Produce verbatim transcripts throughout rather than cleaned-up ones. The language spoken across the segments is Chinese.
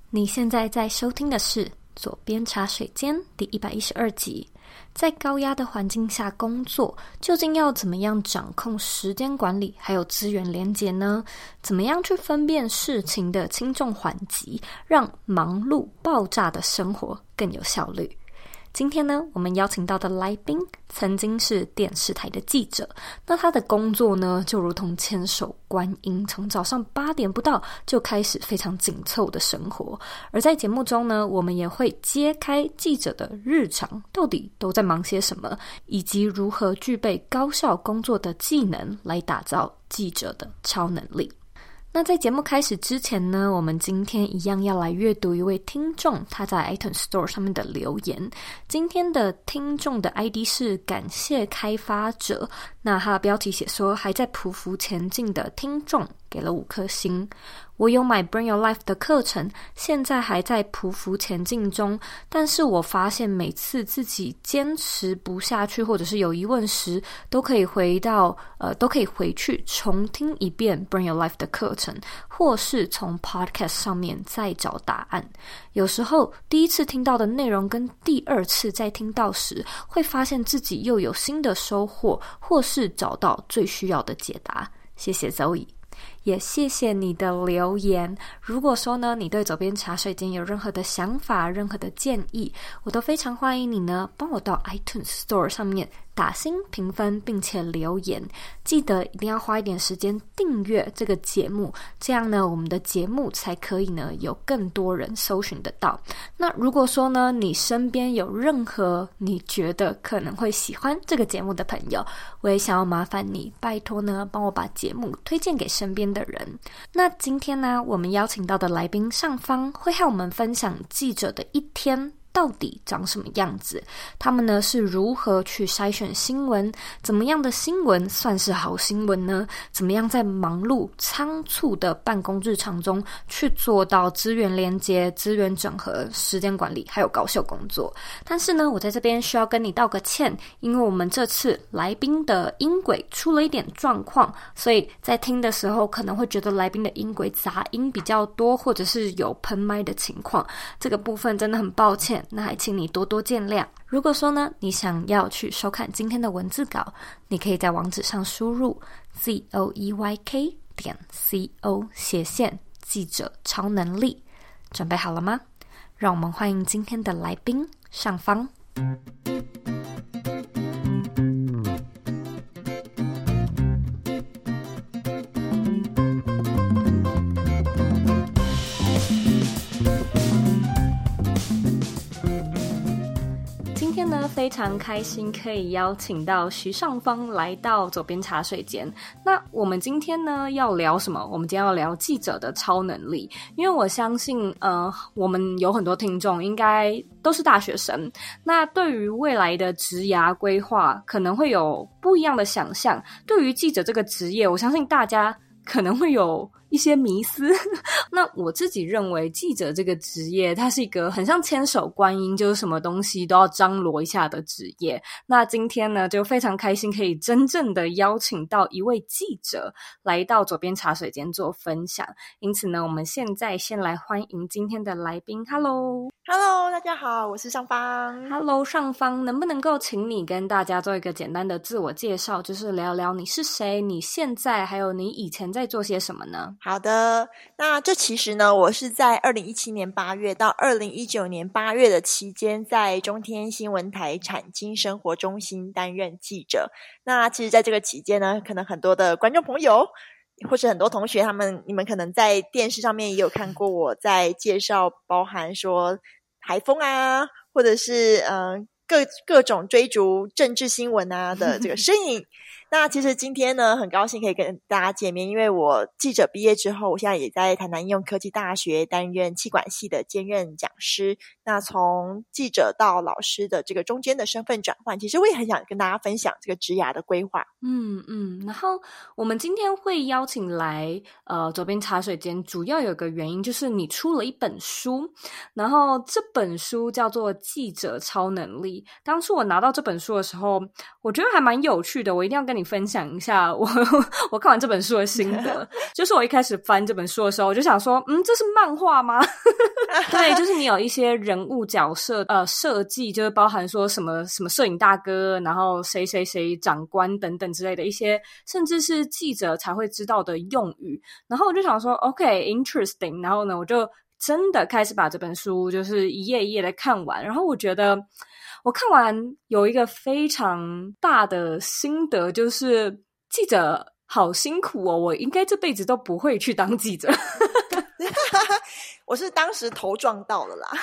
你现在在收听的是左边茶水间第一百一十二集。在高压的环境下工作，究竟要怎么样掌控时间管理还有资源连结呢？怎么样去分辨事情的轻重缓急，让忙碌爆炸的生活更有效率？今天呢，我们邀请到的来宾曾经是电视台的记者，那他的工作呢，就如同千手观音，从早上八点不到就开始非常紧凑的生活。而在节目中呢，我们也会揭开记者的日常到底都在忙些什么，以及如何具备高效工作的技能来打造记者的超能力。那在节目开始之前呢，我们今天一样要来阅读一位听众他在 iTunes Store 上面的留言。今天的听众的 I D 是感谢开发者，那他的标题写说还在匍匐前进的听众给了五颗星。我有买 Bring Your Life 的课程，现在还在匍匐前进中，但是我发现每次自己坚持不下去或者是有疑问时，都可以回到呃，都可以回去重听一遍 Bring Your Life 的课程，或是从 Podcast 上面再找答案。有时候第一次听到的内容跟第二次再听到时，会发现自己又有新的收获，或是找到最需要的解答。谢谢 Zoe，也谢谢你的留言。如果说呢，你对左边茶水间有任何的想法、任何的建议，我都非常欢迎你呢，帮我到 iTunes Store 上面打星评分，并且留言。记得一定要花一点时间订阅这个节目，这样呢，我们的节目才可以呢有更多人搜寻得到。那如果说呢，你身边有任何你觉得可能会喜欢这个节目的朋友，我也想要麻烦你，拜托呢，帮我把节目推荐给身边的人。那今天呢，我们邀请到的来宾上方会和我们分享记者的一天到底长什么样子，他们呢是如何去筛选新闻，怎么样的新闻算是好新闻呢？怎么样在忙碌仓促的办公日常中去做到资源连接、资源整合、时间管理还有高效工作？但是呢，我在这边需要跟你道个歉，因为我们这次来宾的音轨出了一点状况，所以在听的时候可能会觉得来宾的音轨杂音比较多，或者是有喷麦的情况，这个部分真的很抱歉，那还请你多多见谅。如果说呢，你想要去收看今天的文字稿，你可以在网址上输入 zoeyk 点 co 斜线记者超能力。准备好了吗？让我们欢迎今天的来宾上方。非常开心可以邀请到徐上方来到左边茶水间。那我们今天呢要聊什么？我们今天要聊记者的超能力。因为我相信呃，我们有很多听众应该都是大学生，那对于未来的职涯规划可能会有不一样的想象。对于记者这个职业，我相信大家可能会有一些迷思。那我自己认为记者这个职业，它是一个很像千手观音，就是什么东西都要张罗一下的职业。那今天呢，就非常开心可以真正的邀请到一位记者来到左边茶水间做分享。因此呢，我们现在先来欢迎今天的来宾。 Hello Hello 大家好，我是上方。 Hello 上方，能不能够请你跟大家做一个简单的自我介绍，就是聊聊你是谁，你现在还有你以前在做些什么呢？ 好的，那这其实呢，我是在二零一七年八月到二零一九年八月的期间，在中天新闻台产经生活中心担任记者。那其实在这个期间呢，可能很多的观众朋友或是很多同学，他们你们可能在电视上面也有看过我在介绍包含说台风啊，或者是呃各各种追逐政治新闻啊的这个身影。那其实今天呢，很高兴可以跟大家见面，因为我记者毕业之后，我现在也在台南应用科技大学担任企管系的兼任讲师。那从记者到老师的这个中间的身份转换，其实我也很想跟大家分享这个职涯的规划。 嗯嗯，然后我们今天会邀请来呃左边茶水间，主要有个原因就是你出了一本书，然后这本书叫做《记者超能力》。当初我拿到这本书的时候，我觉得还蛮有趣的，我一定要跟跟你分享一下我我看完这本书的心得。就是我一开始翻这本书的时候，我就想说，嗯，这是漫画吗？对，就是你有一些人物角色呃设计，就是包含说什么什么摄影大哥，然后谁谁谁长官等等之类的一些，甚至是记者才会知道的用语。然后我就想说 OK interesting， 然后呢我就真的开始把这本书就是一页一页的看完。然后我觉得我看完有一个非常大的心得，就是记者好辛苦哦，我应该这辈子都不会去当记者。 我是当时头撞到了啦。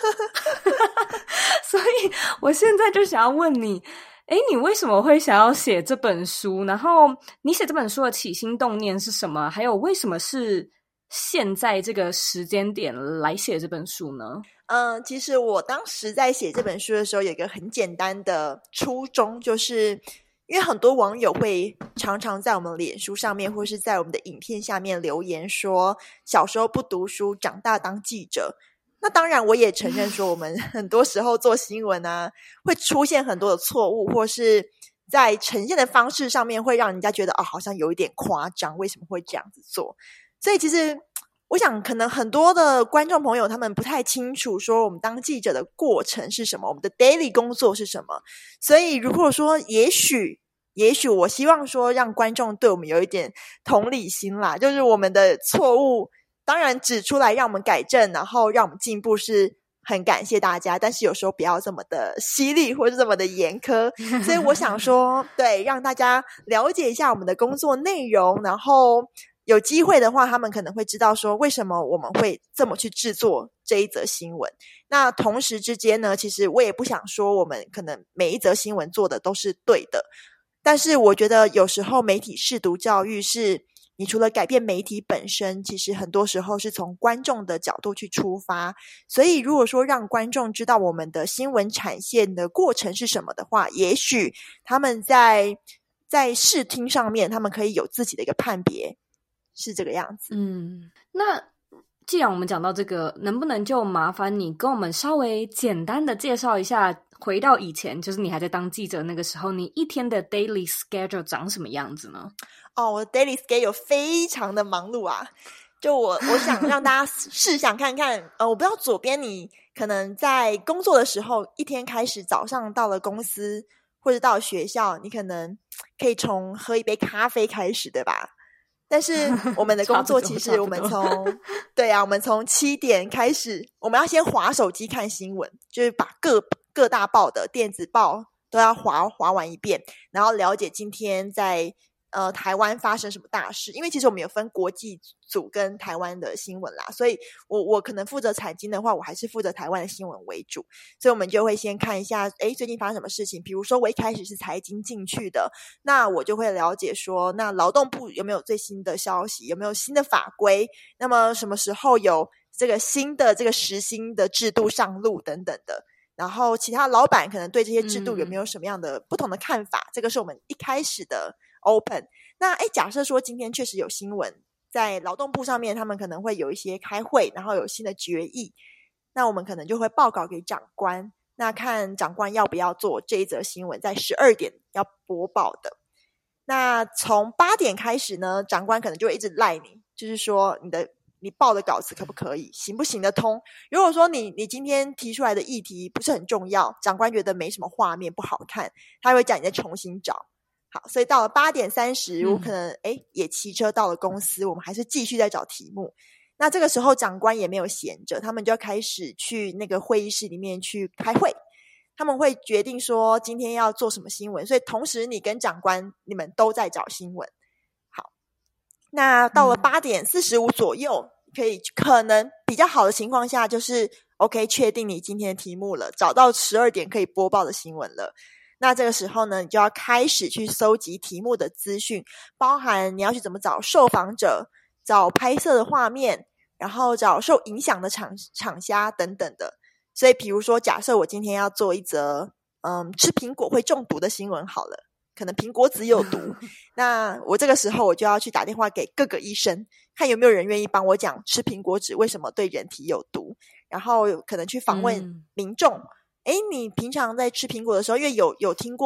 所以我现在就想要问你，诶，你为什么会想要写这本书？然后你写这本书的起心动念是什么？还有为什么是现在这个时间点来写这本书呢？ 嗯，其实我当时在写这本书的时候有一个很简单的初衷，就是因为很多网友会常常在我们脸书上面或是在我们的影片下面留言说小时候不读书长大当记者。那当然我也承认说我们很多时候做新闻啊会出现很多的错误，或是在呈现的方式上面会让人家觉得哦，好像有一点夸张，为什么会这样子做。所以其实我想可能很多的观众朋友他们不太清楚说我们当记者的过程是什么，我们的 daily 工作是什么。所以如果说也许也许我希望说让观众对我们有一点同理心啦，就是我们的错误当然指出来让我们改正，然后让我们进步是很感谢大家，但是有时候不要这么的犀利或是这么的严苛。所以我想说对，让大家了解一下我们的工作内容，然后有机会的话他们可能会知道说为什么我们会这么去制作这一则新闻。那同时之间呢，其实我也不想说我们可能每一则新闻做的都是对的，但是我觉得有时候媒体识读教育是你除了改变媒体本身，其实很多时候是从观众的角度去出发。所以如果说让观众知道我们的新闻产线的过程是什么的话，也许他们在在视听上面他们可以有自己的一个判别，是这个样子。 嗯，那既然我们讲到这个，能不能就麻烦你跟我们稍微简单的介绍一下，回到以前就是你还在当记者那个时候，你一天的 daily schedule 长什么样子呢？ 哦，我的 daily schedule 非常的忙碌啊。就我我想让大家试想看看，呃，我不知道左边你可能在工作的时候，一天开始早上到了公司或者到了学校，你可能可以从喝一杯咖啡开始，对吧？但是我们的工作其实我们从对啊，我们从七点开始，我们要先滑手机看新闻，就是把各各大报的电子报都要滑滑完一遍，然后了解今天在呃台湾发生什么大事。因为其实我们有分国际组跟台湾的新闻啦，所以我我可能负责财经的话，我还是负责台湾的新闻为主，所以我们就会先看一下诶最近发生什么事情。比如说我一开始是财经进去的，那我就会了解说那劳动部有没有最新的消息，有没有新的法规，那么什么时候有这个新的这个时薪的制度上路等等的，然后其他老板可能对这些制度有没有什么样的不同的看法、嗯、这个是我们一开始的 open。 那诶假设说今天确实有新闻在劳动部上面，他们可能会有一些开会，然后有新的决议，那我们可能就会报告给长官，那看长官要不要做这一则新闻在十二点要播报的。那从八点开始呢，长官可能就会一直赖你，就是说你的你报的稿子可不可以，行不行得通。如果说你你今天提出来的议题不是很重要，长官觉得没什么画面不好看，他会叫你再重新找。好，所以到了八点三十、嗯、我可能诶也骑车到了公司，我们还是继续在找题目。那这个时候长官也没有闲着，他们就要开始去那个会议室里面去开会，他们会决定说今天要做什么新闻，所以同时你跟长官你们都在找新闻。好，那到了八点四十五左右、嗯、可以可能比较好的情况下就是 OK 确定你今天的题目了，找到十二点可以播报的新闻了。那这个时候呢，你就要开始去搜集题目的资讯，包含你要去怎么找受访者，找拍摄的画面，然后找受影响的厂厂家等等的。所以比如说假设我今天要做一则嗯吃苹果会中毒的新闻好了，可能苹果籽有毒那我这个时候我就要去打电话给各个医生，看有没有人愿意帮我讲吃苹果籽为什么对人体有毒，然后可能去访问民众、嗯诶，你平常在吃苹果的时候，因为有有听过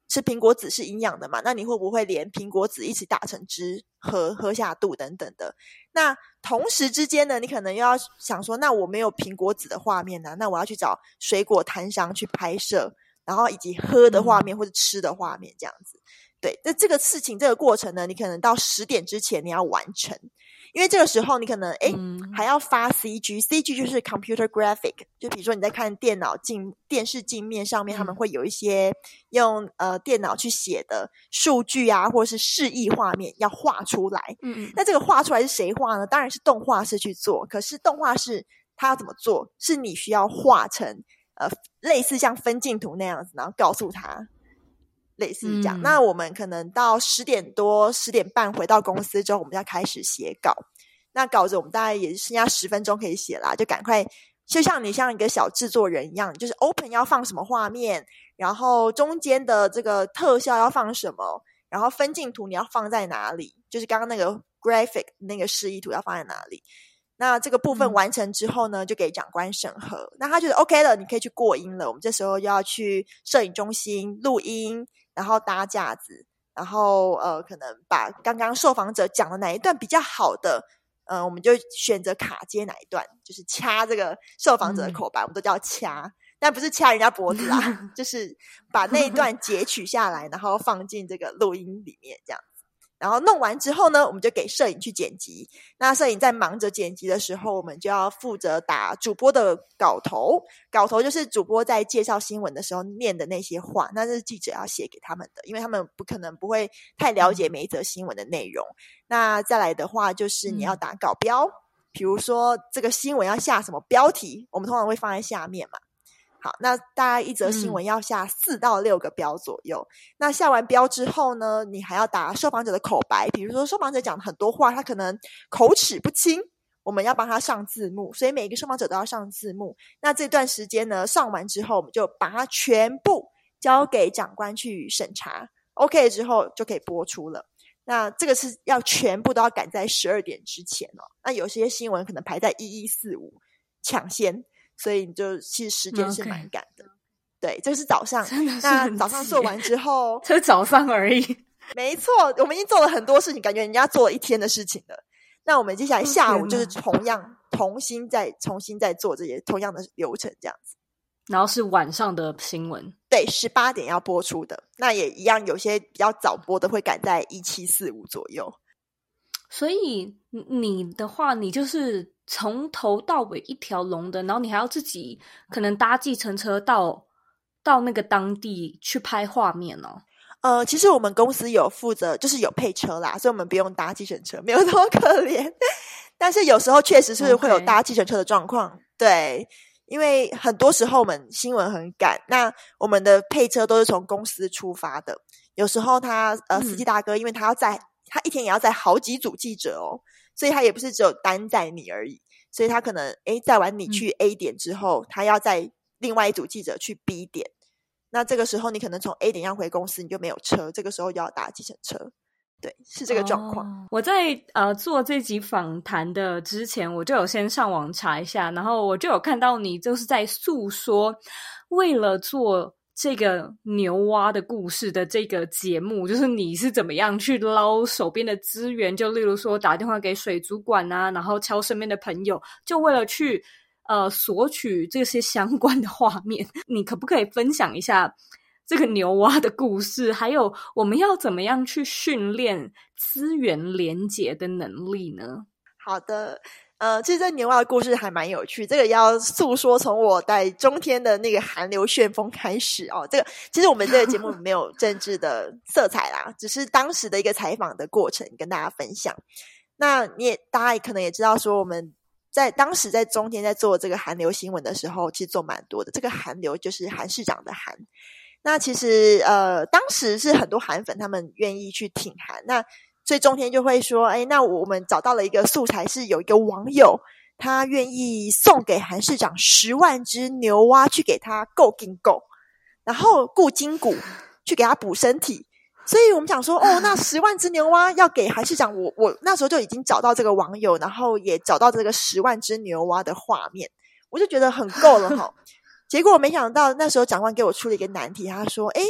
吃苹果籽是营养的嘛，那你会不会连苹果籽一起打成汁喝喝下肚等等的。那同时之间呢，你可能又要想说，那我没有苹果籽的画面啊，那我要去找水果摊商去拍摄，然后以及喝的画面或者吃的画面这样子。对，那这个事情这个过程呢，你可能到十点之前你要完成，因为这个时候你可能诶、嗯、还要发 C G， C G 就是 computer graphic， 就比如说你在看电脑镜电视镜面上面，他们会有一些用呃电脑去写的数据啊，或者是示意画面要画出来。嗯，那这个画出来是谁画呢？当然是动画师去做，可是动画师他要怎么做？是你需要画成呃类似像分镜图那样子，然后告诉他。类似这样、嗯、那我们可能到十点多十点半回到公司之后，我们要开始写稿。那稿子我们大概也剩下十分钟可以写啦，就赶快就像你像一个小制作人一样，就是 open 要放什么画面，然后中间的这个特效要放什么，然后分镜图你要放在哪里，就是刚刚那个 graphic 那个示意图要放在哪里。那这个部分完成之后呢、嗯、就给长官审核，那他觉得 OK 了，你可以去过音了。我们这时候就要去摄影中心录音，然后搭架子，然后呃，可能把刚刚受访者讲的哪一段比较好的，呃，我们就选择卡接哪一段，就是掐这个受访者的口白、嗯、我们都叫掐，但不是掐人家脖子啦就是把那一段截取下来然后放进这个录音里面这样子。然后弄完之后呢，我们就给摄影去剪辑。那摄影在忙着剪辑的时候，我们就要负责打主播的稿头。稿头就是主播在介绍新闻的时候念的那些话，那是记者要写给他们的，因为他们不可能不会太了解每一则新闻的内容。嗯、那再来的话就是你要打稿标、嗯、比如说这个新闻要下什么标题，我们通常会放在下面嘛。好，那大概一则新闻要下四到六个标左右、嗯、那下完标之后呢，你还要打受访者的口白，比如说受访者讲很多话，他可能口齿不清，我们要帮他上字幕，所以每个受访者都要上字幕。那这段时间呢，上完之后我们就把它全部交给长官去审查 OK 之后就可以播出了。那这个是要全部都要赶在十二点之前哦。那有些新闻可能排在一一四五抢先，所以你就其实时间是蛮赶的。Okay. 对，这个是早上，那早上做完之后， 这是早上而已。 没错，我们已经做了很多事情，感觉人家做了一天的事情了。那我们接下来下午就是同样重新再重新再做这些同样的流程，这样子。 然后是晚上的新闻， 对，十八点要播出的。那也一样，有些比较早播的会赶在一七四五左右。 所以你的话，你就是从头到尾一条龙的，然后你还要自己可能搭计程车到到那个当地去拍画面哦。 呃，其实我们公司有负责，就是有配车啦，所以我们不用搭计程车，没有那么可怜。但是有时候确实是会有搭计程车的状况， okay. 对，因为很多时候我们新闻很赶，那我们的配车都是从公司出发的。有时候他呃司机大哥，因为他要载、嗯、他一天也要载好几组记者哦，所以他也不是只有单载你而已，所以他可能诶载完你去 A 点之后、嗯、他要载另外一组记者去 B 点。那这个时候你可能从 A 点要回公司，你就没有车，这个时候就要搭计程车。对，是这个状况。 哦、我在呃做这集访谈的之前，我就有先上网查一下，然后我就有看到你就是在诉说，为了做这个牛蛙的故事的这个节目，就是你是怎么样去捞手边的资源，就例如说打电话给水族馆啊，然后敲身边的朋友，就为了去呃索取这些相关的画面。你可不可以分享一下这个牛蛙的故事，还有我们要怎么样去训练资源连结的能力呢？ 好的，呃，其实这牛蛙的故事还蛮有趣，这个要诉说从我在中天的那个韩流旋风开始哦。这个其实我们这个节目没有政治的色彩啦，只是当时的一个采访的过程跟大家分享。那你也大家也可能也知道说，我们在当时在中天在做这个韩流新闻的时候，其实做蛮多的。这个韩流就是韩市长的韩。那其实呃，当时是很多韩粉他们愿意去挺韩，那所以中天就会说，哎，那我们找到了一个素材，是有一个网友他愿意送给韩市长十万只牛蛙去给他够筋够，然后固筋骨去给他补身体。所以我们想说，哦，那十万只牛蛙要给韩市长，我我那时候就已经找到这个网友，然后也找到这个十万只牛蛙的画面，我就觉得很够了齁。结果没想到那时候长官给我出了一个难题，他说，诶，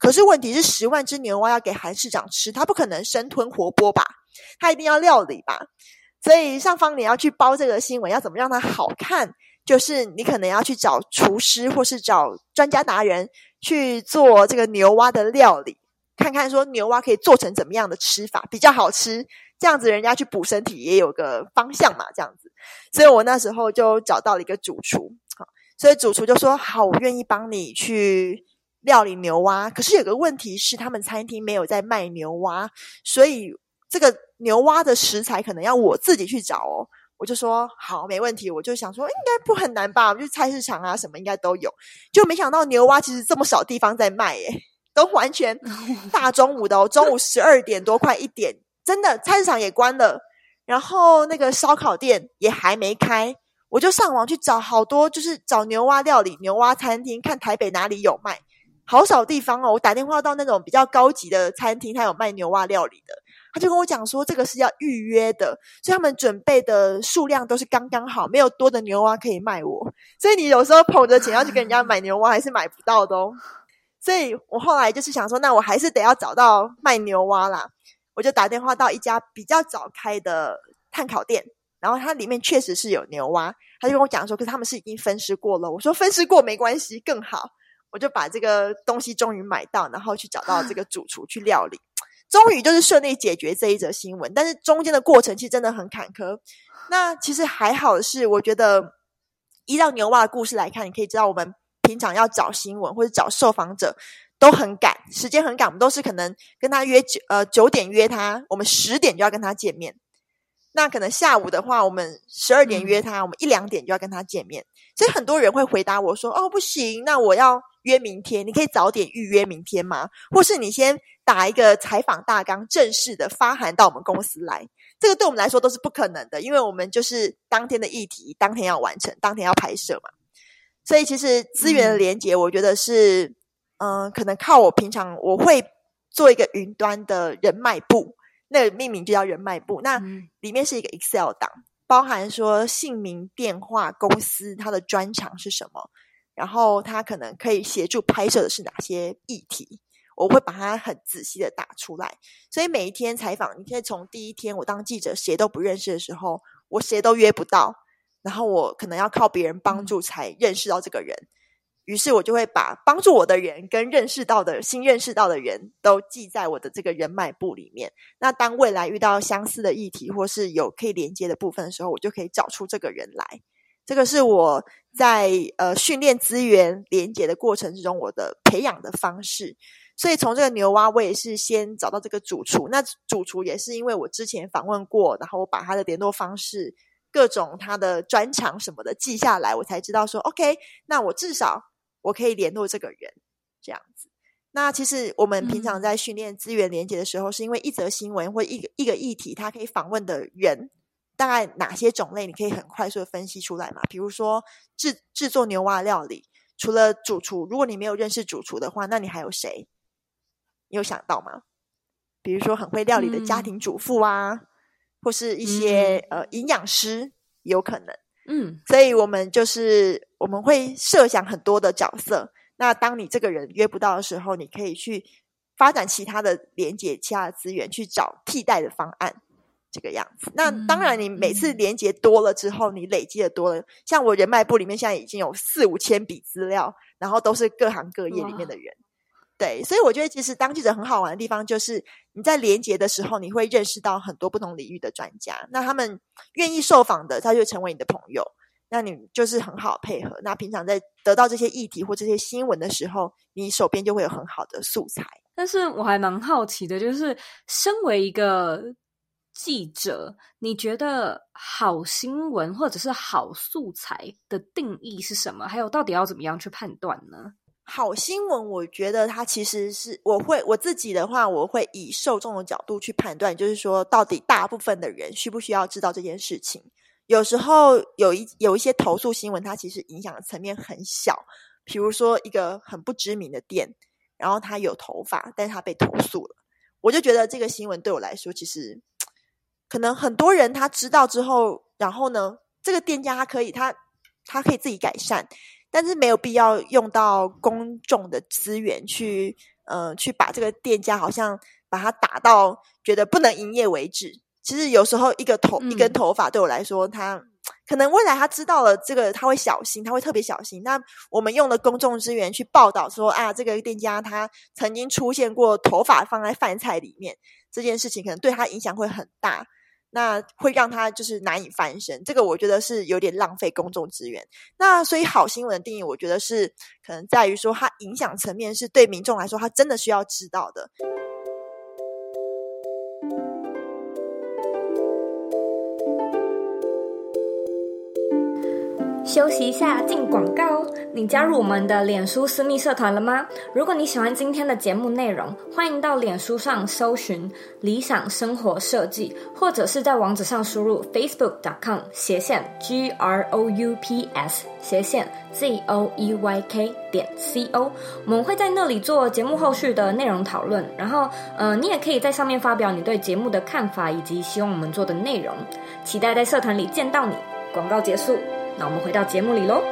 可是问题是十万只牛蛙要给韩市长吃，他不可能生吞活剥吧，他一定要料理吧。所以上方你要去包这个新闻，要怎么让它好看，就是你可能要去找厨师或是找专家达人去做这个牛蛙的料理，看看说牛蛙可以做成怎么样的吃法比较好吃，这样子人家去补身体也有个方向嘛，这样子。所以我那时候就找到了一个主厨，所以主厨就说好，我愿意帮你去料理牛蛙。可是有个问题是他们餐厅没有在卖牛蛙，所以这个牛蛙的食材可能要我自己去找哦。我就说好，没问题。我就想说应该不很难吧，我们去菜市场啊什么应该都有。就没想到牛蛙其实这么少地方在卖耶，都完全大中午的哦，中午十二点多快一点，真的菜市场也关了，然后那个烧烤店也还没开。我就上网去找好多，就是找牛蛙料理、牛蛙餐厅，看台北哪里有卖。好少地方哦，我打电话到那种比较高级的餐厅，他有卖牛蛙料理的，他就跟我讲说这个是要预约的，所以他们准备的数量都是刚刚好，没有多的牛蛙可以卖我。所以你有时候捧着钱要去跟人家买牛蛙还是买不到的哦。所以我后来就是想说，那我还是得要找到卖牛蛙啦。我就打电话到一家比较早开的炭烤店，然后它里面确实是有牛蛙，他就跟我讲说可是他们是已经分尸过了。我说分尸过没关系，更好。我就把这个东西终于买到，然后去找到这个主厨去料理，终于就是顺利解决这一则新闻。但是中间的过程其实真的很坎坷。那其实还好的是，我觉得依照牛蛙的故事来看，你可以知道我们平常要找新闻或者找受访者都很赶，时间很赶，我们都是可能跟他约九呃九点约他，我们十点就要跟他见面。那可能下午的话，我们十二点约他，嗯、我们一两点就要跟他见面。所以很多人会回答我说：“哦，不行，那我要约明天，你可以早点预约明天吗？或是你先打一个采访大纲，正式的发函到我们公司来。”这个对我们来说都是不可能的，因为我们就是当天的议题，当天要完成，当天要拍摄嘛。所以其实资源的连结，我觉得是，嗯、呃，可能靠我平常我会做一个云端的人脉簿。那个命名就叫人脉簿，那里面是一个 Excel 档，包含说姓名、电话、公司，它的专长是什么，然后它可能可以协助拍摄的是哪些议题，我会把它很仔细的打出来。所以每一天采访，你可以从第一天我当记者谁都不认识的时候，我谁都约不到，然后我可能要靠别人帮助才认识到这个人。于是我就会把帮助我的人跟认识到的新认识到的人都记在我的这个人脉簿里面。那当未来遇到相似的议题或是有可以连接的部分的时候，我就可以找出这个人来。这个是我在呃训练资源连接的过程之中我的培养的方式。所以从这个牛蛙我也是先找到这个主厨，那主厨也是因为我之前访问过，然后我把他的联络方式各种他的专长什么的记下来，我才知道说 OK， 那我至少我可以联络这个人这样子。那其实我们平常在训练资源连结的时候、嗯、是因为一则新闻或一个一个议题它可以访问的人大概哪些种类你可以很快速的分析出来嘛。比如说制制作牛蛙料理，除了主厨，如果你没有认识主厨的话，那你还有谁？你有想到吗？比如说很会料理的家庭主妇啊、嗯、或是一些、嗯、呃营养师有可能。嗯，所以我们就是我们会设想很多的角色，那当你这个人约不到的时候，你可以去发展其他的连结，其他的资源去找替代的方案，这个样子。那当然你每次连结多了之后、嗯、你累积的多了，像我人脉簿里面现在已经有四五千笔资料，然后都是各行各业里面的人。对，所以我觉得其实当记者很好玩的地方就是你在连结的时候，你会认识到很多不同领域的专家，那他们愿意受访的他就会成为你的朋友，那你就是很好配合。那平常在得到这些议题或这些新闻的时候，你手边就会有很好的素材。 但是我还蛮好奇的，就是身为一个记者，你觉得好新闻或者是好素材的定义是什么？还有到底要怎么样去判断呢？ 好新闻我觉得它其实是我会我自己的话我会以受众的角度去判断，就是说到底大部分的人需不需要知道这件事情。有时候有一有一些投诉新闻它其实影响的层面很小，比如说一个很不知名的店，然后他有头发但是他被投诉了，我就觉得这个新闻对我来说其实可能很多人他知道之后，然后呢这个店家他可以他他可以自己改善，但是没有必要用到公众的资源去呃去把这个店家好像把它打到觉得不能营业为止。其实有时候一个头、嗯、一根头发对我来说，他可能未来他知道了这个，他会小心，他会特别小心。那我们用了公众资源去报道说啊，这个店家他曾经出现过头发放在饭菜里面，这件事情可能对他影响会很大，那会让他就是难以翻身。这个我觉得是有点浪费公众资源。那所以好新闻的定义，我觉得是可能在于说，它影响层面是对民众来说，他真的需要知道的。 休息一下，进广告。你加入我们的脸书私密社团了吗？如果你喜欢今天的节目内容，欢迎到脸书上搜寻理想生活设计，或者是在网址上输入 facebook dot com 斜线 G R O U P S 斜线 Z O E Y K 点 C O。 我们会在那里做节目后续的内容讨论，然后呃，你也可以在上面发表你对节目的看法以及希望我们做的内容。期待在社团里见到你。广告结束，那我们回到节目里咯。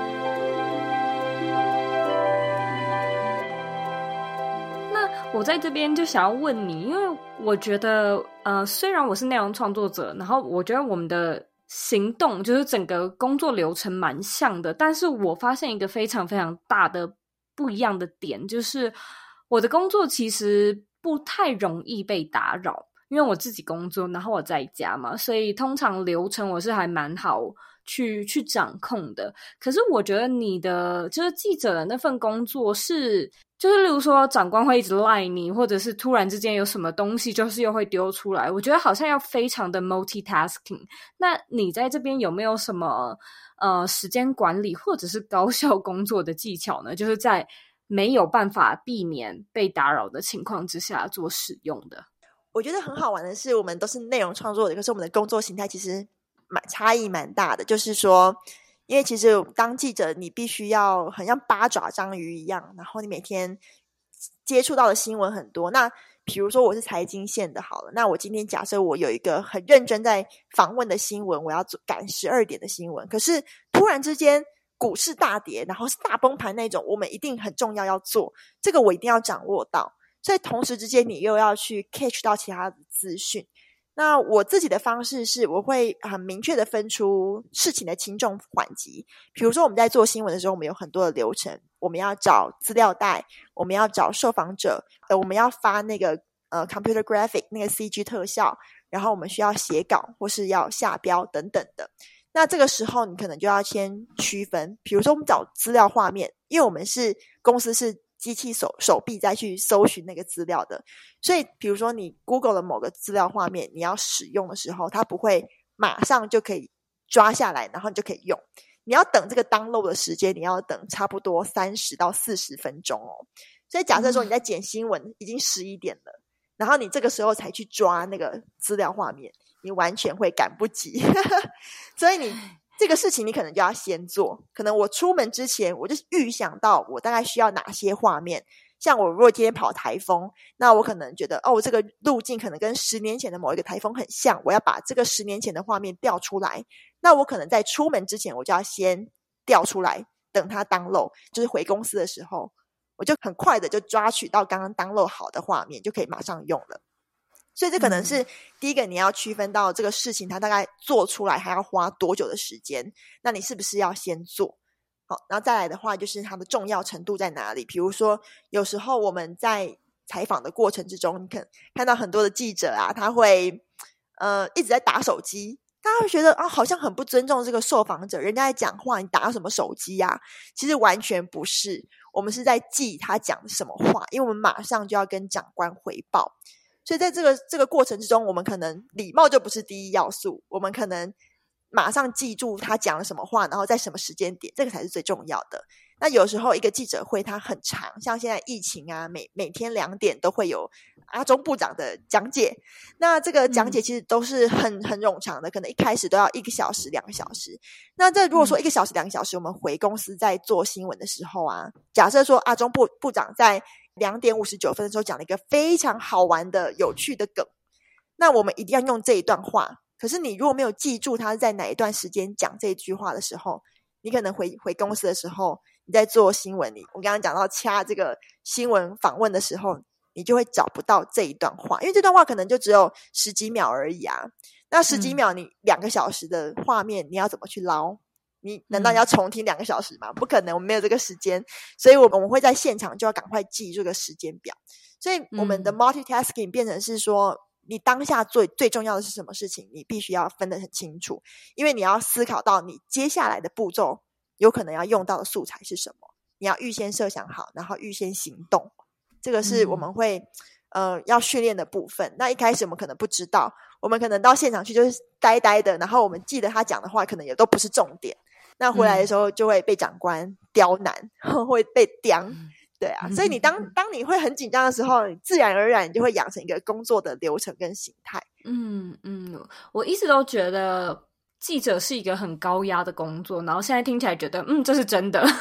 那我在这边就想要问你，因为我觉得呃，虽然我是内容创作者，然后我觉得我们的行动就是整个工作流程蛮像的，但是我发现一个非常非常大的不一样的点，就是我的工作其实不太容易被打扰，因为我自己工作，然后我在家嘛，所以通常流程我是还蛮好去去掌控的。可是我觉得你的就是记者的那份工作是，就是例如说长官会一直赖你，或者是突然之间有什么东西就是又会丢出来，我觉得好像要非常的 multitasking。 那你在这边有没有什么呃时间管理或者是高效工作的技巧呢？就是在没有办法避免被打扰的情况之下做使用的。 我觉得很好玩的是，我们都是内容创作者，可是我们的工作形态其实蛮差异蛮大的。就是说，因为其实当记者，你必须要很像八爪章鱼一样，然后你每天接触到的新闻很多。那比如说我是财经线的好了，那我今天假设我有一个很认真在访问的新闻，我要赶十二点的新闻，可是突然之间股市大跌，然后是大崩盘那种，我们一定很重要要做，这个我一定要掌握到。所以同时之间你又要去 catch 到其他的资讯。那我自己的方式是，我会很明确的分出事情的轻重缓急。比如说我们在做新闻的时候，我们有很多的流程，我们要找资料袋，我们要找受访者，呃，我们要发那个呃 computer graphic 那个 C G 特效，然后我们需要写稿或是要下标等等的。那这个时候你可能就要先区分，比如说我们找资料画面，因为我们是公司是机器手手臂再去搜寻那个资料的，所以比如说你 Google 的某个资料画面，你要使用的时候，它不会马上就可以抓下来，然后你就可以用。你要等这个 download 的时间，你要等差不多三十到四十分钟哦。所以假设说你在剪新闻，已经十一点了，然后你这个时候才去抓那个资料画面，你完全会赶不及。所以你这个事情你可能就要先做，可能我出门之前我就预想到我大概需要哪些画面。像我如果今天跑台风，那我可能觉得哦，这个路径可能跟十年前的某一个台风很像，我要把这个十年前的画面调出来，那我可能在出门之前我就要先调出来，等它 download， 就是回公司的时候我就很快的就抓取到刚刚 download 好的画面，就可以马上用了。所以这可能是第一个，你要区分到这个事情它大概做出来还要花多久的时间，那你是不是要先做好。然后再来的话就是它的重要程度在哪里。比如说有时候我们在采访的过程之中，你可能看到很多的记者啊，他会呃一直在打手机，大家会觉得啊，好像很不尊重这个受访者，人家在讲话你打什么手机啊？其实完全不是，我们是在记他讲的什么话，因为我们马上就要跟长官回报。所以在这个这个过程之中，我们可能礼貌就不是第一要素，我们可能马上记住他讲了什么话，然后在什么时间点，这个才是最重要的。那有时候一个记者会它很长，像现在疫情啊，每每天两点都会有阿中部长的讲解，那这个讲解其实都是很很冗长的，可能一开始都要一个小时两个小时。那这如果说一个小时两个小时，我们回公司在做新闻的时候啊，假设说阿中部部长在两点五十九分的时候讲了一个非常好玩的有趣的梗，那我们一定要用这一段话。可是你如果没有记住他在哪一段时间讲这一句话的时候， 你可能回回公司的时候，你在做新闻，你我刚刚讲到掐这个新闻访问的时候，你就会找不到这一段话，因为这段话可能就只有十几秒而已啊。那十几秒你两个小时的画面，你要怎么去捞？你难道要重听两个小时吗？不可能，我们没有这个时间，所以我们会在现场就要赶快记这个时间表。所以我们的 multitasking 变成是说，你当下最最重要的是什么事情，你必须要分得很清楚，因为你要思考到你接下来的步骤有可能要用到的素材是什么，你要预先设想好，然后预先行动。这个是我们会、嗯、呃要训练的部分。那一开始我们可能不知道，我们可能到现场去就是呆呆的，然后我们记得他讲的话可能也都不是重点，那回来的时候就会被长官刁难、嗯、会被刁、嗯、对啊，所以你当当你会很紧张的时候，自然而然你就会养成一个工作的流程跟形态。 嗯嗯，我一直都觉得记者是一个很高压的工作，然后现在听起来觉得嗯这是真的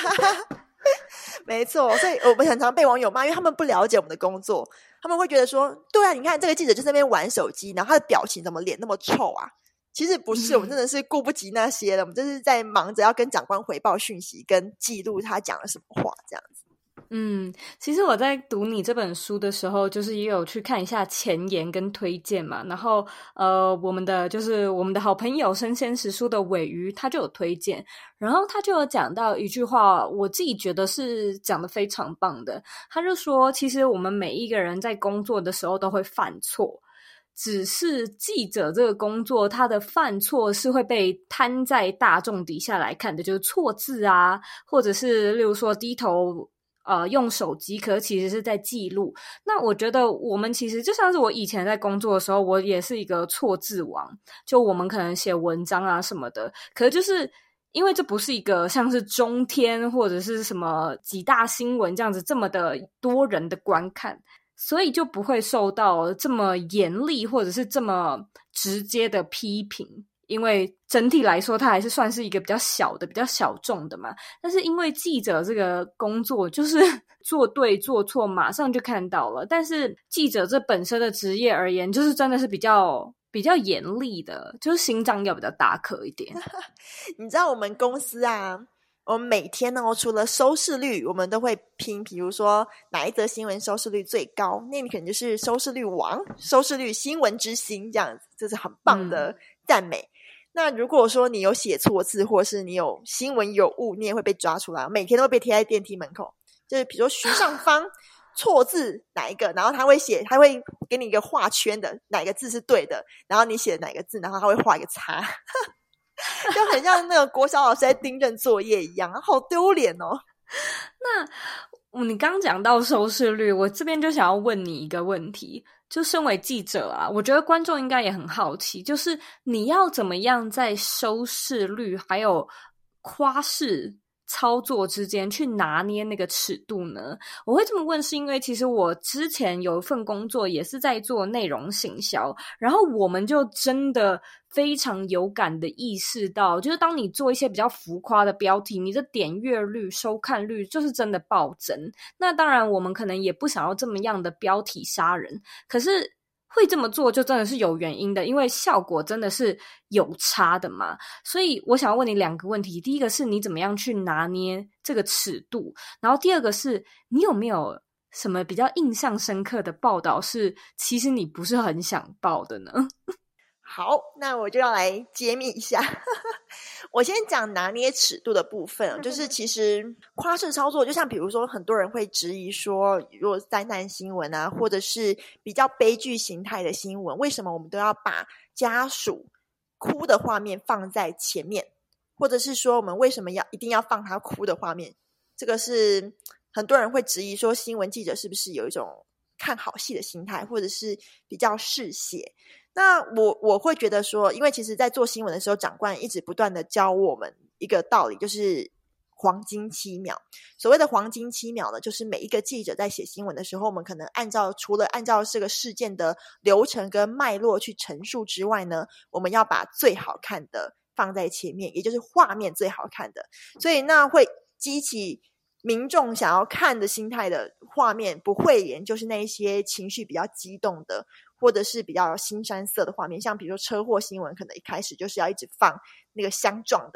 没错，所以我们很常被网友骂，因为他们不了解我们的工作，他们会觉得说对啊，你看这个记者就在那边玩手机，然后他的表情怎么脸那么臭啊。其实不是，我们真的是顾不及那些了、嗯、我们就是在忙着要跟长官回报讯息跟记录他讲了什么话这样子。 嗯，其实我在读你这本书的时候，就是也有去看一下前言跟推荐嘛，然后呃，我们的就是我们的好朋友生鲜时书的尾鱼他就有推荐，然后他就有讲到一句话，我自己觉得是讲得非常棒的，他就说其实我们每一个人在工作的时候都会犯错，只是记者这个工作他的犯错是会被摊在大众底下来看的，就是错字啊，或者是例如说低头呃，用手机，可是其实是在记录。那我觉得我们其实就像是我以前在工作的时候，我也是一个错字王，就我们可能写文章啊什么的，可是就是因为这不是一个像是中天或者是什么几大新闻这样子这么的多人的观看，所以就不会受到这么严厉或者是这么直接的批评，因为整体来说它还是算是一个比较小的比较小众的嘛。但是因为记者这个工作就是做对做错马上就看到了，但是记者这本身的职业而言就是真的是比较比较严厉的，就是心脏要比较大颗一点你知道我们公司啊，我们每天呢除了收视率我们都会拼，比如说哪一则新闻收视率最高，那你可能就是收视率王，收视率新闻之星这样子，这是很棒的赞美、嗯、那如果说你有写错字或是你有新闻有误，你也会被抓出来，每天都会被贴在电梯门口，就是比如说徐尚芳错字哪一个，然后他会写，他会给你一个画圈的哪个字是对的，然后你写哪个字，然后他会画一个叉就很像那个国小老师在订正作业一样，好丢脸哦。 那你刚讲到收视率，我这边就想要问你一个问题，就身为记者啊，我觉得观众应该也很好奇，就是你要怎么样在收视率还有夸饰操作之间去拿捏那个尺度呢？我会这么问是因为其实我之前有一份工作也是在做内容行销，然后我们就真的非常有感的意识到，就是当你做一些比较浮夸的标题，你的点阅率收看率就是真的暴增。那当然我们可能也不想要这么样的标题杀人，可是会这么做就真的是有原因的，因为效果真的是有差的嘛。所以我想要问你两个问题，第一个是你怎么样去拿捏这个尺度，然后第二个是你有没有什么比较印象深刻的报道是其实你不是很想报的呢？ 好，那我就要来揭秘一下我先讲拿捏尺度的部分，就是其实夸饰操作就像比如说很多人会质疑说，如果灾难新闻啊，或者是比较悲剧形态的新闻，为什么我们都要把家属哭的画面放在前面，或者是说我们为什么要一定要放他哭的画面，这个是很多人会质疑说新闻记者是不是有一种看好戏的心态，或者是比较嗜血。那我我会觉得说，因为其实在做新闻的时候，长官一直不断的教我们一个道理，就是黄金七秒。所谓的黄金七秒呢，就是每一个记者在写新闻的时候，我们可能按照除了按照这个事件的流程跟脉络去陈述之外呢，我们要把最好看的放在前面，也就是画面最好看的，所以那会激起民众想要看的心态的画面，不讳言就是那一些情绪比较激动的，或者是比较腥膻色的画面，像比如说车祸新闻，可能一开始就是要一直放那个相撞的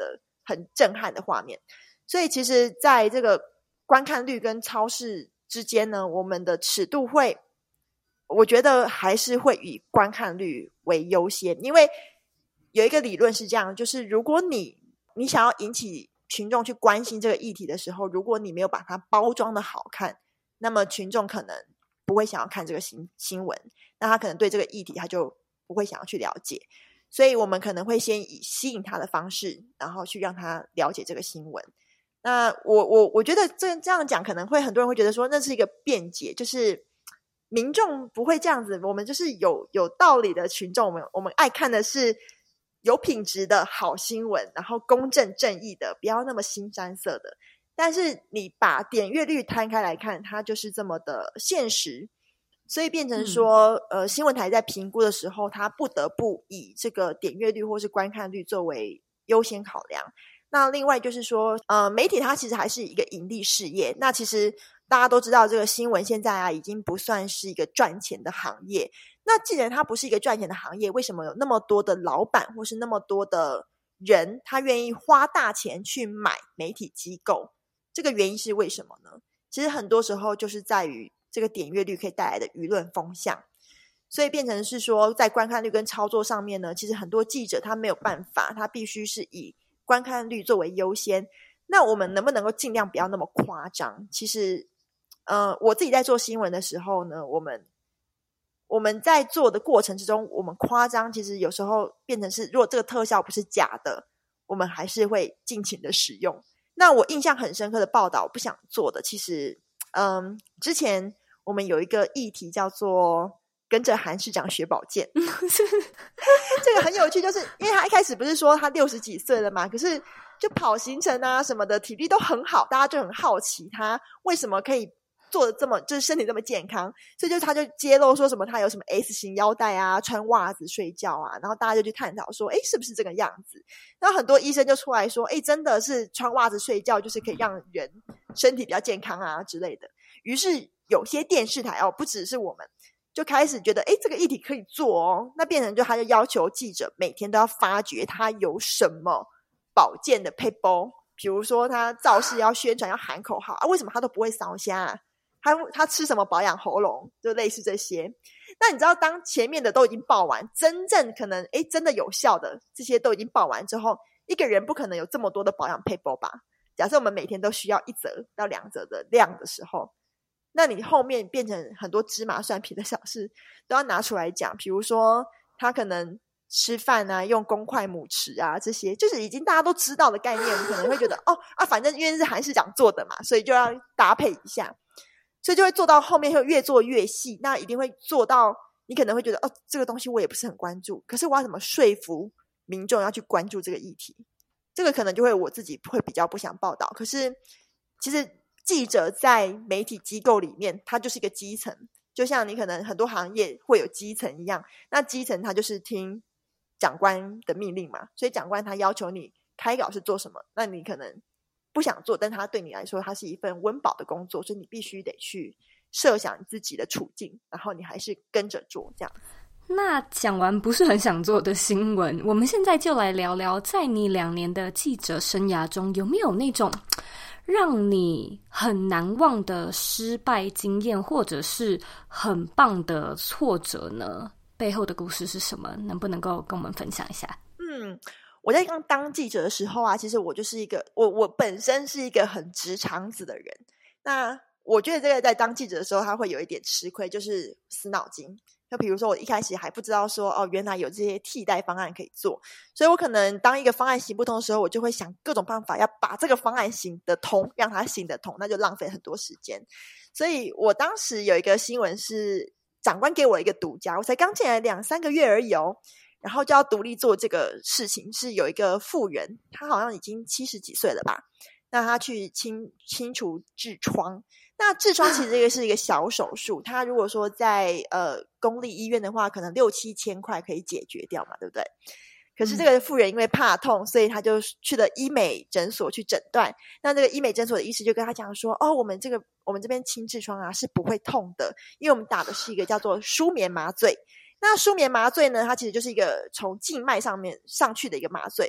很震撼的画面。所以其实在这个观看率跟超视之间呢，我们的尺度会，我觉得还是会以观看率为优先。因为有一个理论是这样，就是如果你你想要引起群众去关心这个议题的时候，如果你没有把它包装的好看，那么群众可能不会想要看这个新新闻，那他可能对这个议题他就不会想要去了解。所以我们可能会先以吸引他的方式，然后去让他了解这个新闻。那我我我觉得这这样讲可能会很多人会觉得说那是一个辩解，就是民众不会这样子，我们就是有有道理的群众，我们我们爱看的是有品质的好新闻，然后公正正义的，不要那么腥膻色的。但是你把点阅率摊开来看，它就是这么的现实，所以变成说、嗯、呃，新闻台在评估的时候，它不得不以这个点阅率或是观看率作为优先考量。那另外就是说呃，媒体它其实还是一个盈利事业，那其实大家都知道这个新闻现在啊已经不算是一个赚钱的行业。那既然它不是一个赚钱的行业，为什么有那么多的老板或是那么多的人他愿意花大钱去买媒体机构？这个原因是为什么呢？其实很多时候就是在于这个点阅率可以带来的舆论风向。所以变成是说在观看率跟操作上面呢，其实很多记者他没有办法，他必须是以观看率作为优先。那我们能不能够尽量不要那么夸张？其实呃，我自己在做新闻的时候呢，我们我们在做的过程之中，我们夸张其实有时候变成是，如果这个特效不是假的，我们还是会尽情的使用。那我印象很深刻的报道，我不想做的，其实嗯，之前我们有一个议题叫做跟着韩市长学保健这个很有趣，就是因为他一开始不是说他六十几岁了嘛，可是就跑行程啊什么的，体力都很好，大家就很好奇他为什么可以做的这么，就是身体这么健康。所以就他就揭露说什么他有什么 S 型腰带啊，穿袜子睡觉啊，然后大家就去探讨说诶是不是这个样子。然后很多医生就出来说诶真的是穿袜子睡觉就是可以让人身体比较健康啊之类的。于是有些电视台哦，不只是我们，就开始觉得诶这个议题可以做哦，那变成就他就要求记者每天都要发掘他有什么保健的撇步，比如说他造势要宣传要喊口号啊，为什么他都不会烧虾啊，他他吃什么保养喉咙，就类似这些。那你知道当前面的都已经报完，真正可能诶真的有效的这些都已经报完之后，一个人不可能有这么多的保养撇步吧。假设我们每天都需要一则到两则的量的时候，那你后面变成很多芝麻蒜皮的小事都要拿出来讲，比如说他可能吃饭啊用公筷母匙啊，这些就是已经大家都知道的概念，可能会觉得哦啊，反正因为是韩市长做的嘛，所以就要搭配一下，所以就会做到后面会越做越细。那一定会做到你可能会觉得哦，这个东西我也不是很关注，可是我要怎么说服民众要去关注这个议题，这个可能就会我自己会比较不想报道。可是其实记者在媒体机构里面他就是一个基层，就像你可能很多行业会有基层一样，那基层他就是听长官的命令嘛，所以长官他要求你开稿是做什么，那你可能不想做，但他对你来说他是一份温饱的工作，所以你必须得去设想自己的处境，然后你还是跟着做这样。 那讲完不是很想做的新闻，我们现在就来聊聊在你两年的记者生涯中有没有那种让你很难忘的失败经验，或者是很棒的挫折呢？背后的故事是什么？能不能够跟我们分享一下？ 嗯，我在刚当记者的时候啊，其实我就是一个我我本身是一个很直肠子的人。那我觉得这个在当记者的时候他会有一点吃亏，就是死脑筋。就比如说我一开始还不知道说哦，原来有这些替代方案可以做，所以我可能当一个方案行不通的时候，我就会想各种办法要把这个方案行得通，让它行得通，那就浪费很多时间。所以我当时有一个新闻是长官给我一个独家，我才刚进来两三个月而已哦，然后就要独立做这个事情。是有一个妇人，她好像已经七十几岁了吧，那她去清清除痔疮。那痔疮其实这个是一个小手术，它如果说在呃公立医院的话，可能六七千块可以解决掉嘛，对不对？可是这个妇人因为怕痛，所以他就去了医美诊所去诊断。那这个医美诊所的医师就跟他讲说，哦，我们这个我们这边清痔疮啊是不会痛的，因为我们打的是一个叫做舒眠麻醉。那舒眠麻醉呢，它其实就是一个从静脉上面上去的一个麻醉，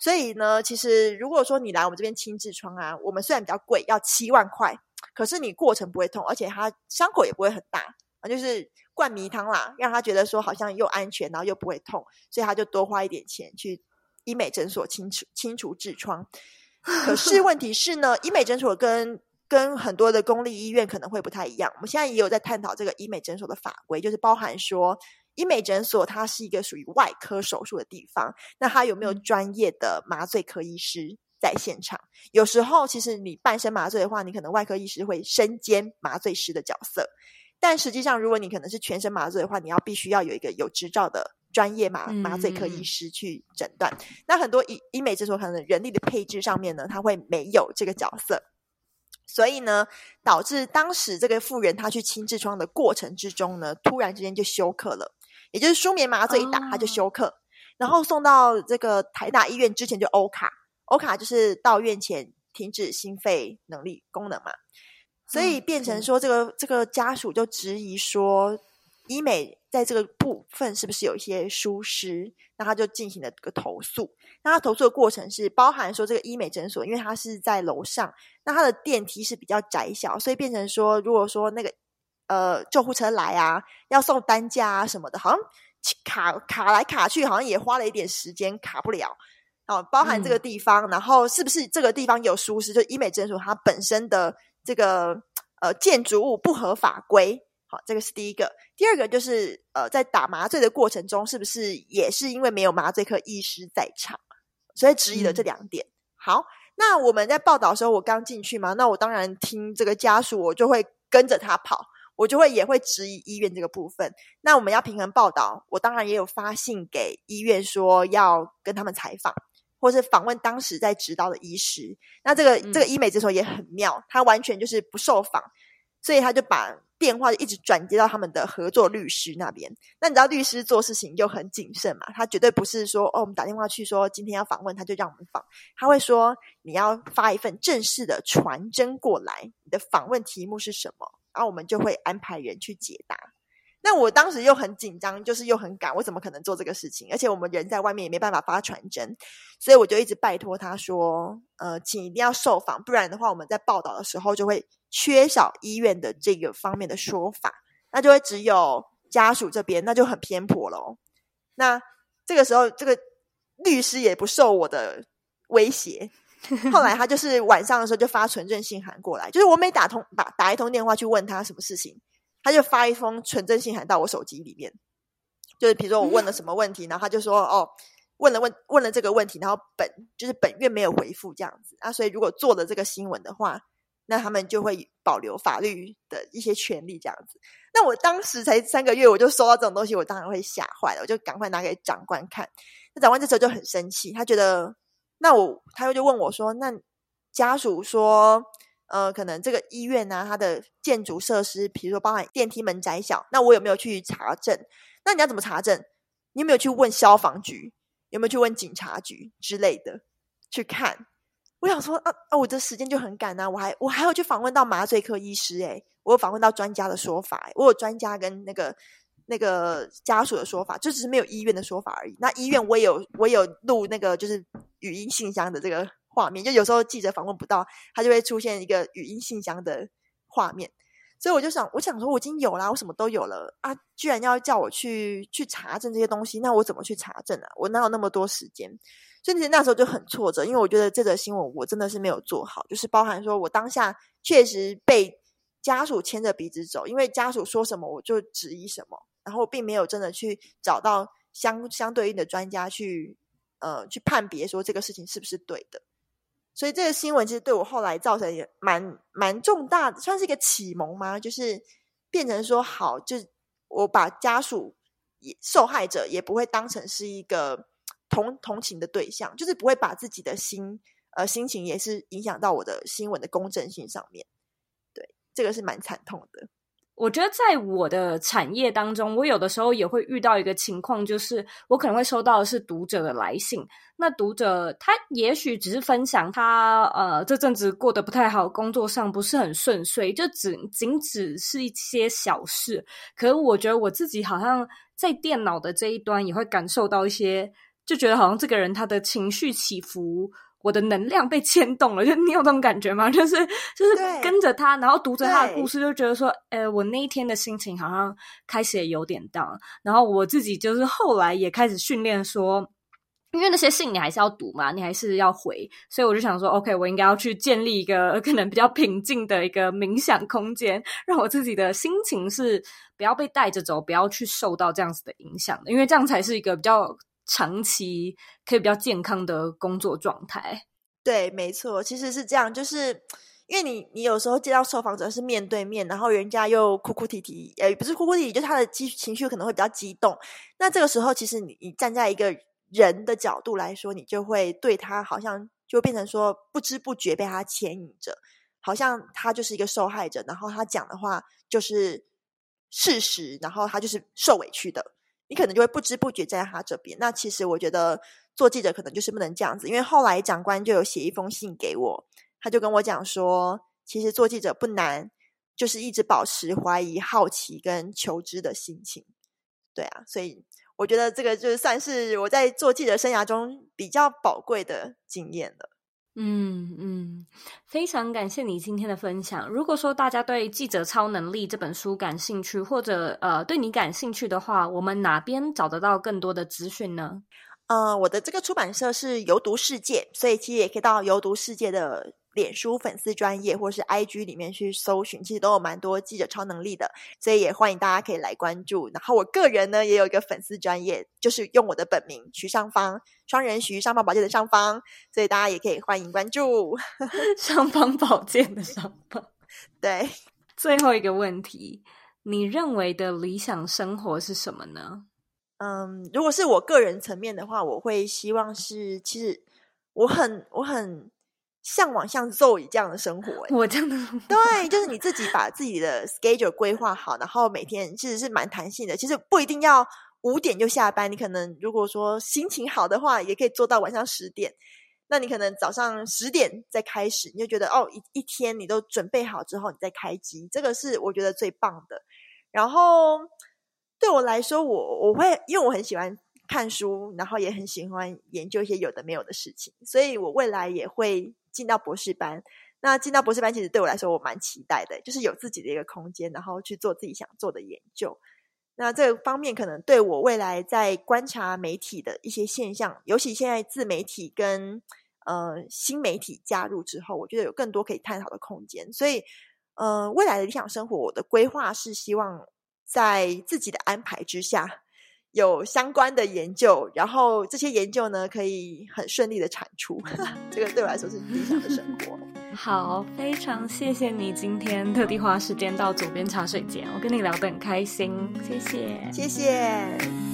所以呢，其实如果说你来我们这边清痔疮啊，我们虽然比较贵，要七万块，可是你过程不会痛，而且它伤口也不会很大啊，就是灌迷汤啦，让他觉得说好像又安全，然后又不会痛，所以他就多花一点钱去医美诊所清除清除痔疮。可是问题是呢，医美诊所跟跟很多的公立医院可能会不太一样。我们现在也有在探讨这个医美诊所的法规，就是包含说医美诊所它是一个属于外科手术的地方，那它有没有专业的麻醉科医师在现场？有时候其实你半身麻醉的话，你可能外科医师会身兼麻醉师的角色，但实际上如果你可能是全身麻醉的话，你要必须要有一个有执照的专业麻麻醉科医师去诊断、嗯、那很多医医美诊所可能人力的配置上面呢，它会没有这个角色，所以呢导致当时这个妇人她去清痔疮的过程之中呢，突然之间就休克了，也就是舒眠麻醉一打她就休克、哦、然后送到这个台大医院之前就欧卡，欧卡就是到院前停止心肺能力功能嘛，所以变成说这个、嗯、这个家属就质疑说医美在这个部分是不是有一些疏失，那他就进行了这个投诉。那他投诉的过程是包含说这个医美诊所因为他是在楼上，那他的电梯是比较窄小，所以变成说如果说那个呃救护车来啊要送担架啊什么的，好像卡卡来卡去好像也花了一点时间，卡不了、哦、包含这个地方、嗯、然后是不是这个地方有疏失，就医美诊所它本身的这个呃建筑物不合法规，好，这个是第一个。第二个就是呃，在打麻醉的过程中，是不是也是因为没有麻醉科医师在场，所以质疑了这两点、嗯、好，那我们在报道的时候我刚进去嘛，那我当然听这个家属我就会跟着他跑，我就会也会质疑医院这个部分。那我们要平衡报道，我当然也有发信给医院说要跟他们采访或是访问当时在执刀的医师。那这个、嗯、这个医美诊所也很妙，他完全就是不受访，所以他就把电话就一直转接到他们的合作律师那边。那你知道律师做事情就很谨慎嘛，他绝对不是说哦我们打电话去说今天要访问他就让我们访，他会说你要发一份正式的传真过来，你的访问题目是什么，然后我们就会安排人去解答。那我当时又很紧张，就是又很赶，我怎么可能做这个事情，而且我们人在外面也没办法发传真，所以我就一直拜托他说呃，请一定要受访，不然的话我们在报道的时候就会缺少医院的这个方面的说法，那就会只有家属这边，那就很偏颇咯。那这个时候这个律师也不受我的威胁，后来他就是晚上的时候就发纯正信函过来，就是我每打通打打一通电话去问他什么事情，他就发一封纯正信函到我手机里面，就是比如说我问了什么问题，然后他就说哦问了问问了这个问题，然后本就是本院没有回复这样子啊，所以如果做了这个新闻的话，那他们就会保留法律的一些权利这样子。那我当时才三个月我就收到这种东西，我当然会吓坏了，我就赶快拿给长官看。那长官这时候就很生气，他觉得那我他就问我说那家属说呃，可能这个医院啊它的建筑设施比如说包含电梯门窄小，那我有没有去查证，那你要怎么查证，你有没有去问消防局，有没有去问警察局之类的去看。我想说啊啊，我的时间就很赶啊，我还我还要去访问到麻醉科医师诶，我有访问到专家的说法诶，我有专家跟那个那个家属的说法，就只是没有医院的说法而已。那医院我也有我也有录那个就是语音信箱的这个画面，就有时候记者访问不到，他就会出现一个语音信箱的画面。所以我就想我想说我已经有啦，我什么都有了啊，居然要叫我去去查证这些东西，那我怎么去查证啊，我哪有那么多时间。所以其实那时候就很挫折，因为我觉得这则新闻我真的是没有做好，就是包含说我当下确实被家属牵着鼻子走，因为家属说什么我就质疑什么，然后并没有真的去找到相相对应的专家去呃去判别说这个事情是不是对的。所以这个新闻其实对我后来造成也蛮蛮重大的，算是一个启蒙吗，就是变成说好，就我把家属也受害者也不会当成是一个同同情的对象，就是不会把自己的心呃心情也是影响到我的新闻的公正性上面。对，这个是蛮惨痛的。 我觉得在我的产业当中，我有的时候也会遇到一个情况，就是我可能会收到的是读者的来信，那读者他也许只是分享他呃这阵子过得不太好，工作上不是很顺遂，就只仅只是一些小事，可是我觉得我自己好像在电脑的这一端也会感受到一些就觉得好像这个人他的情绪起伏，我的能量被牵动了，就你有这种感觉吗？就是就是跟着他，然后读着他的故事，就觉得说，呃，我那一天的心情好像开始也有点 down， 然后我自己就是后来也开始训练说，因为那些信你还是要读嘛，你还是要回，所以我就想说 OK 我应该要去建立一个可能比较平静的一个冥想空间，让我自己的心情是不要被带着走，不要去受到这样子的影响的，因为这样才是一个比较长期可以比较健康的工作状态。 对，没错，其实是这样，就是因为你你有时候接到受访者是面对面，然后人家又哭哭啼啼，呃，不是哭哭啼啼，就是他的情绪可能会比较激动，那这个时候其实你你站在一个人的角度来说，你就会对他好像就变成说不知不觉被他牵引着，好像他就是一个受害者，然后他讲的话就是事实，然后他就是受委屈的，你可能就会不知不觉站在他这边。那其实我觉得做记者可能就是不能这样子，因为后来长官就有写一封信给我，他就跟我讲说，其实做记者不难，就是一直保持怀疑、好奇跟求知的心情。对啊，所以我觉得这个就算是我在做记者生涯中比较宝贵的经验了。 嗯嗯，非常感谢你今天的分享。如果说大家对《记者超能力》这本书感兴趣，或者呃对你感兴趣的话，我们哪边找得到更多的资讯呢？ 呃，我的这个出版社是游读世界，所以其实也可以到游读世界的脸书粉丝专页或是 I G 里面去搜寻，其实都有蛮多记者超能力的，所以也欢迎大家可以来关注。然后我个人呢也有一个粉丝专页，就是用我的本名徐尚芳，双人徐，尚方宝剑的尚方，所以大家也可以欢迎关注。 尚方宝剑的尚方。 对， 最后一个问题，你认为的理想生活是什么呢？ 嗯，如果是我个人层面的话，我会希望是，其实我很我很向往像 Zoe 这样的生活。 我这样的对，就是你自己把自己的 schedule 规划好，然后每天其实是蛮弹性的，其实不一定要五点就下班，你可能如果说心情好的话，也可以做到晚上十点。那你可能早上十点再开始，你就觉得哦，一一天你都准备好之后，你再开机，这个是我觉得最棒的。然后对我来说，我我会因为我很喜欢看书，然后也很喜欢研究一些有的没有的事情，所以我未来也会进到博士班。那进到博士班其实对我来说我蛮期待的，就是有自己的一个空间，然后去做自己想做的研究。那这个方面可能对我未来在观察媒体的一些现象，尤其现在自媒体跟呃新媒体加入之后，我觉得有更多可以探讨的空间。所以呃未来的理想生活，我的规划是希望在自己的安排之下有相关的研究，然后这些研究呢可以很顺利的产出这个对我来说是理想的生活。 好，非常谢谢你今天特地花时间到左边茶水间，我跟你聊得很开心，谢谢谢谢。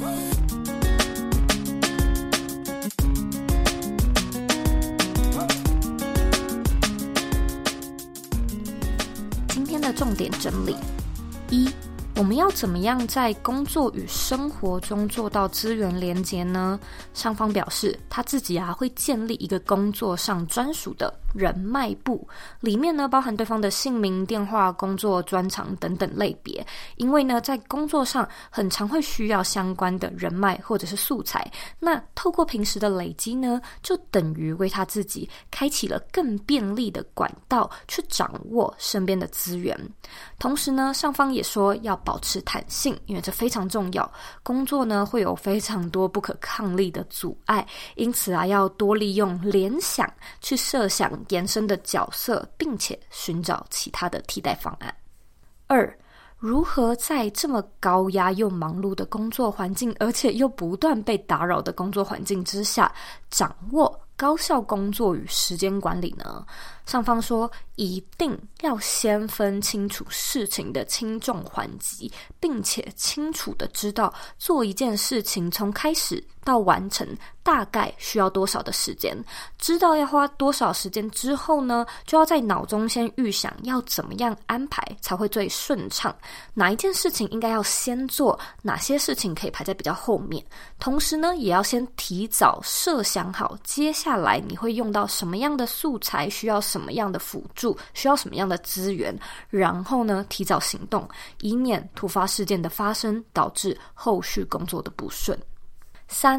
今天的重点整理：一，我们要怎么样在工作与生活中做到资源连结呢？尚方表示他自己啊会建立一个工作上专属的人脉簿，里面呢包含对方的姓名、电话、工作专长等等类别，因为呢在工作上很常会需要相关的人脉或者是素材，那透过平时的累积呢，就等于为他自己开启了更便利的管道去掌握身边的资源。同时呢，尚方也说要保持弹性，因为这非常重要。工作呢会有非常多不可抗力的阻碍，因此啊要多利用联想去设想延伸的角色，并且寻找其他的替代方案。二，如何在这么高压又忙碌的工作环境，而且又不断被打扰的工作环境之下，掌握高效工作与时间管理呢？尚方说，一定要先分清楚事情的轻重缓急，并且清楚的知道做一件事情从开始到完成大概需要多少的时间，知道要花多少时间之后呢，就要在脑中先预想要怎么样安排才会最顺畅，哪一件事情应该要先做，哪些事情可以排在比较后面。同时呢，也要先提早设想好接下来你会用到什么样的素材，需要什么样的辅助，需要什么样的资源，然后呢提早行动，以免突发事件的发生导致后续工作的不顺。三，为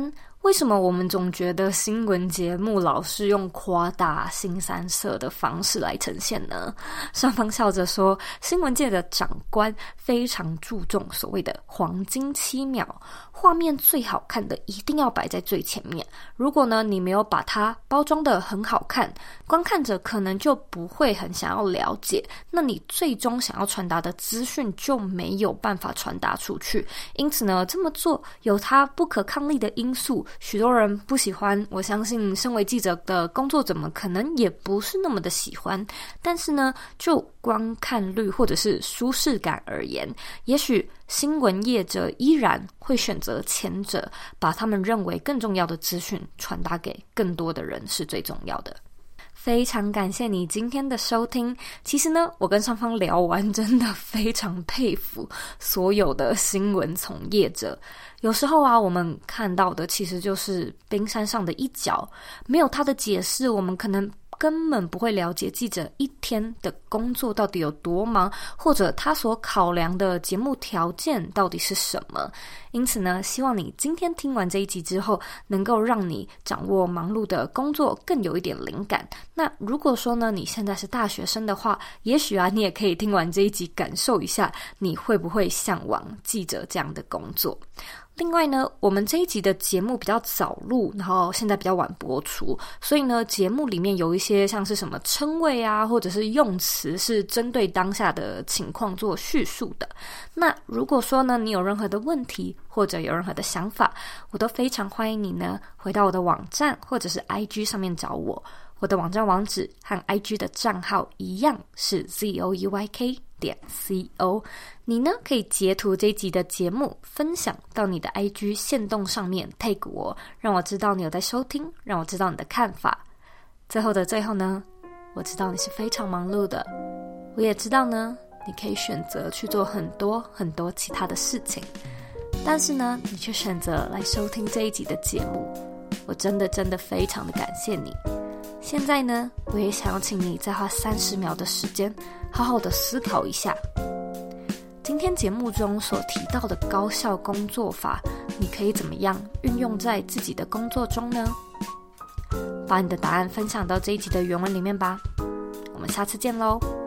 为什么我们总觉得新闻节目老是用夸大新三色的方式来呈现呢？上方笑着说，新闻界的长官非常注重所谓的黄金七秒，画面最好看的一定要摆在最前面。如果呢你没有把它包装得很好看，观看者可能就不会很想要了解，那你最终想要传达的资讯就没有办法传达出去。因此呢，这么做有它不可抗力的因素，许多人不喜欢，我相信身为记者的工作者们可能也不是那么的喜欢。但是呢，就观看率或者是舒适感而言，也许新闻业者依然会选择前者，把他们认为更重要的资讯传达给更多的人是最重要的。非常感谢你今天的收听。其实呢，我跟上方聊完，真的非常佩服所有的新闻从业者。有时候啊，我们看到的其实就是冰山上的一角，没有他的解释，我们可能根本不会了解记者一天的工作到底有多忙，或者他所考量的节目条件到底是什么。因此呢，希望你今天听完这一集之后，能够让你掌握忙碌的工作更有一点灵感。那如果说呢，你现在是大学生的话，也许啊，你也可以听完这一集感受一下，你会不会向往记者这样的工作。另外呢，我们这一集的节目比较早录，然后现在比较晚播出，所以呢，节目里面有一些像是什么称谓啊，或者是用词是针对当下的情况做叙述的。那如果说呢，你有任何的问题或者有任何的想法，我都非常欢迎你呢回到我的网站或者是 I G 上面找我。我的网站网址和 I G 的账号一样是 zoeyk 点 co。 你呢可以截图这一集的节目分享到你的 I G 限动上面 tag 我，让我知道你有在收听，让我知道你的看法。最后的最后呢，我知道你是非常忙碌的，我也知道呢你可以选择去做很多很多其他的事情，但是呢你却选择来收听这一集的节目，我真的真的非常的感谢你。现在呢，我也想要请你再花三十秒的时间，好好的思考一下，今天节目中所提到的高效工作法，你可以怎么样运用在自己的工作中呢？把你的答案分享到这一集的原文里面吧。我们下次见喽。